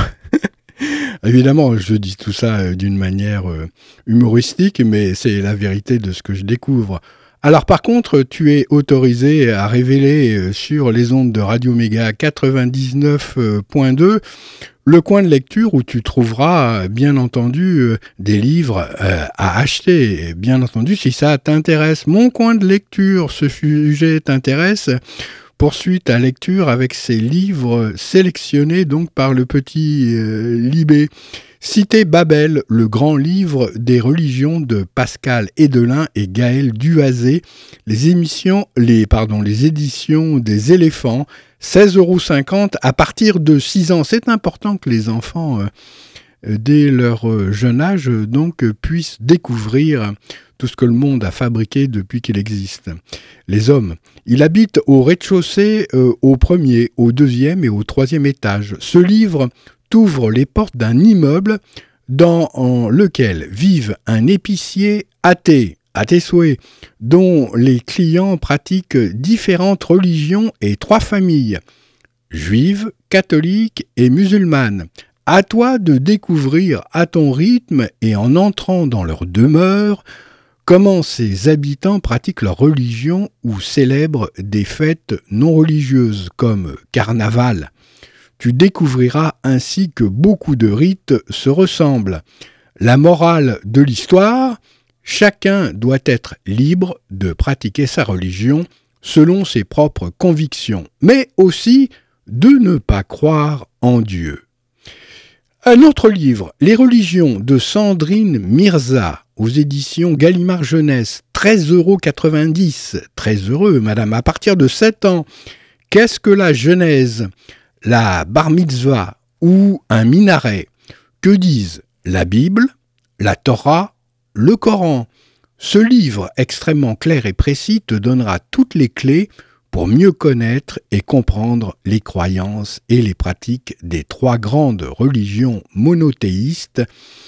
Évidemment, je dis tout ça euh, d'une manière euh, humoristique, mais c'est la vérité de ce que je découvre. Alors par contre, tu es autorisé à révéler sur les ondes de Radio Méga quatre-vingt-dix-neuf point deux le coin de lecture où tu trouveras bien entendu des livres à acheter. Bien entendu, si ça t'intéresse, mon coin de lecture, ce sujet t'intéresse, poursuis ta lecture avec ces livres sélectionnés donc par le petit euh, Libé. Citer Babel, le grand livre des religions de Pascal Edelin et Gaël Duazé, les émissions, les, pardon, les éditions des éléphants, seize euros cinquante à partir de six ans. C'est important que les enfants, euh, dès leur euh, jeune âge, donc, euh, puissent découvrir tout ce que le monde a fabriqué depuis qu'il existe. Les hommes, il habite au rez-de-chaussée, euh, au premier, au deuxième et au troisième étage. Ce livre t'ouvre les portes d'un immeuble dans lequel vivent un épicier athée, à tes souhaits, dont les clients pratiquent différentes religions et trois familles. juives, catholiques et musulmanes. À toi de découvrir à ton rythme et en entrant dans leur demeure comment ces habitants pratiquent leur religion ou célèbrent des fêtes non religieuses comme carnaval. Tu découvriras ainsi que beaucoup de rites se ressemblent. La morale de l'histoire, chacun doit être libre de pratiquer sa religion selon ses propres convictions, mais aussi de ne pas croire en Dieu. Un autre livre, Les religions de Sandrine Mirza, aux éditions Gallimard Jeunesse, treize euros quatre-vingt-dix. Très heureux, madame, à partir de sept ans. Qu'est-ce que la Genèse, la bar mitzvah ou un minaret? Que disent la Bible, la Torah, le Coran? Ce livre extrêmement clair et précis te donnera toutes les clés pour mieux connaître et comprendre les croyances et les pratiques des trois grandes religions monothéistes,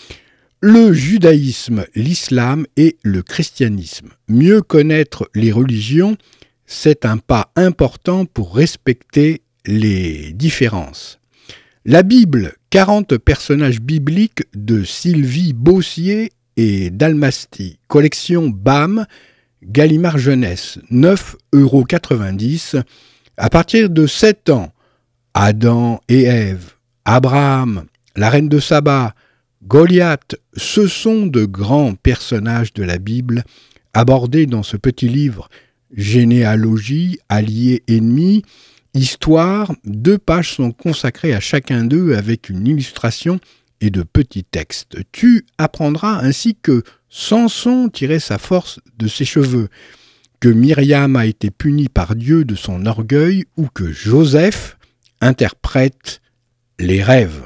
le judaïsme, l'islam et le christianisme. Mieux connaître les religions, c'est un pas important pour respecter les différences. La Bible, quarante personnages bibliques de Sylvie Bossier et Dalmasty, collection B A M, Gallimard Jeunesse, neuf euros quatre-vingt-dix. À partir de sept ans, Adam et Ève, Abraham, la reine de Saba, Goliath, ce sont de grands personnages de la Bible abordés dans ce petit livre. Généalogie, alliés, ennemis, histoire, deux pages sont consacrées à chacun d'eux avec une illustration et de petits textes. Tu apprendras ainsi que Samson tirait sa force de ses cheveux, que Myriam a été punie par Dieu de son orgueil ou que Joseph interprète les rêves.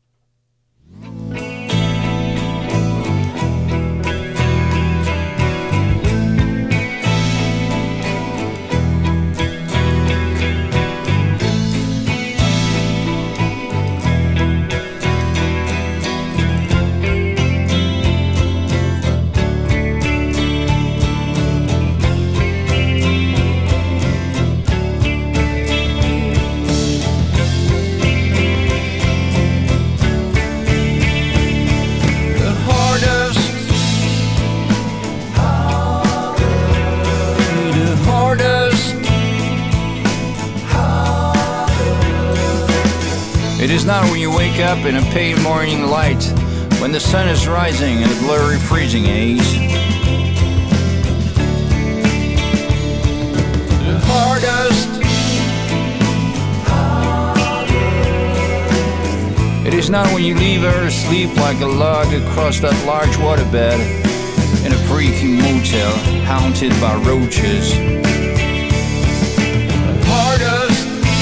It is not when you wake up in a pale morning light, when the sun is rising in a blurry freezing haze. The hardest. It is not when you leave her asleep like a log across that large waterbed in a freaky motel haunted by roaches. The hardest.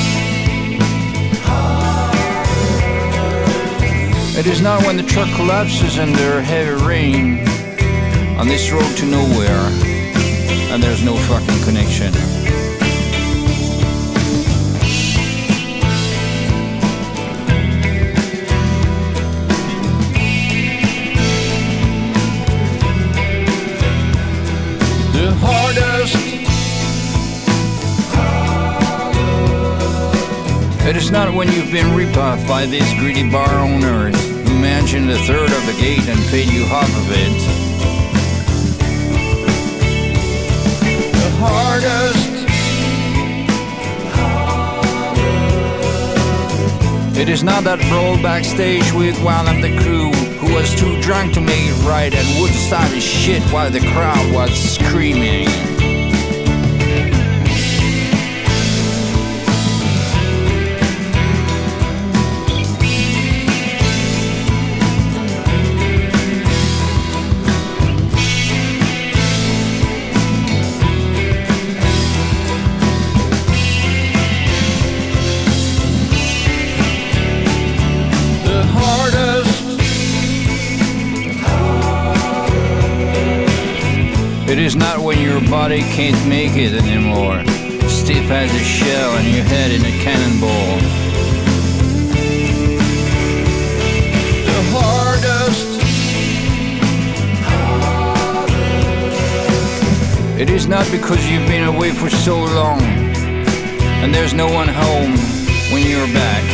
It is not when the truck collapses under heavy rain on this road to nowhere and there's no fucking connection. The hardest. It is not when you've been ripped off by these greedy bar owners who mentioned a third of the gate and paid you half of it. The hardest. It is not that brawl backstage with one of the crew who was too drunk to make it right and wouldn't stop his shit while the crowd was screaming. It is not when your body can't make it anymore, stiff as a shell and your head in a cannonball. The hardest. It is not because you've been away for so long and there's no one home when you're back.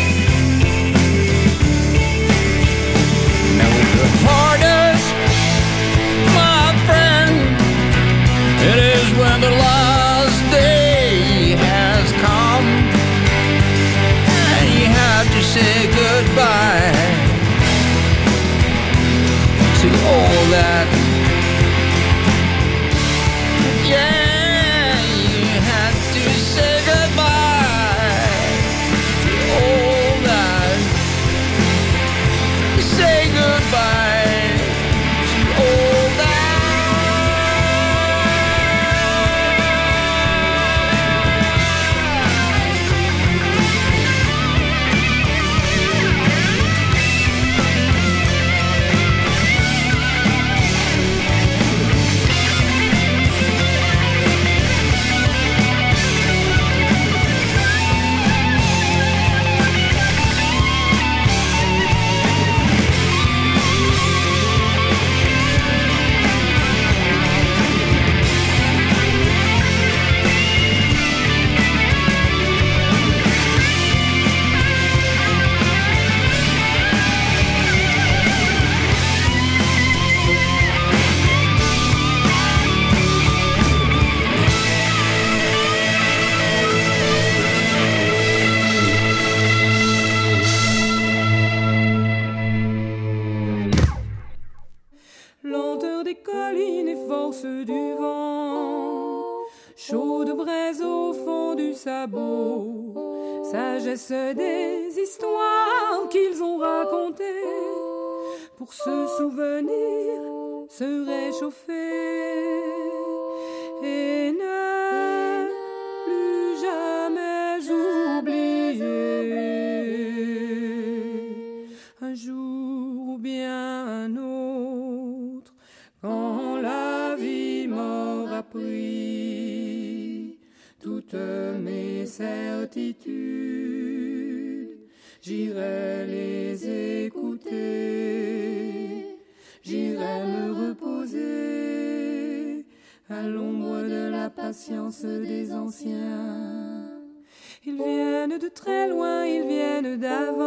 Never the hardest, my friend, it is when the last day has come and you have to say goodbye to all that. Yeah, you had to say goodbye to all that. Say goodbye to all that. Lenteur des collines et force du vent, chaude braise au fond du sabot, sagesse des histoires qu'ils ont racontées, pour se souvenir, se réchauffer et ne plus jamais oublier un jour ou bien un autre, quand la vie m'aura pris toutes mes certitudes, j'irai les écouter, j'irai me reposer à l'ombre de la patience des anciens. Ils viennent de très loin, ils viennent d'avant.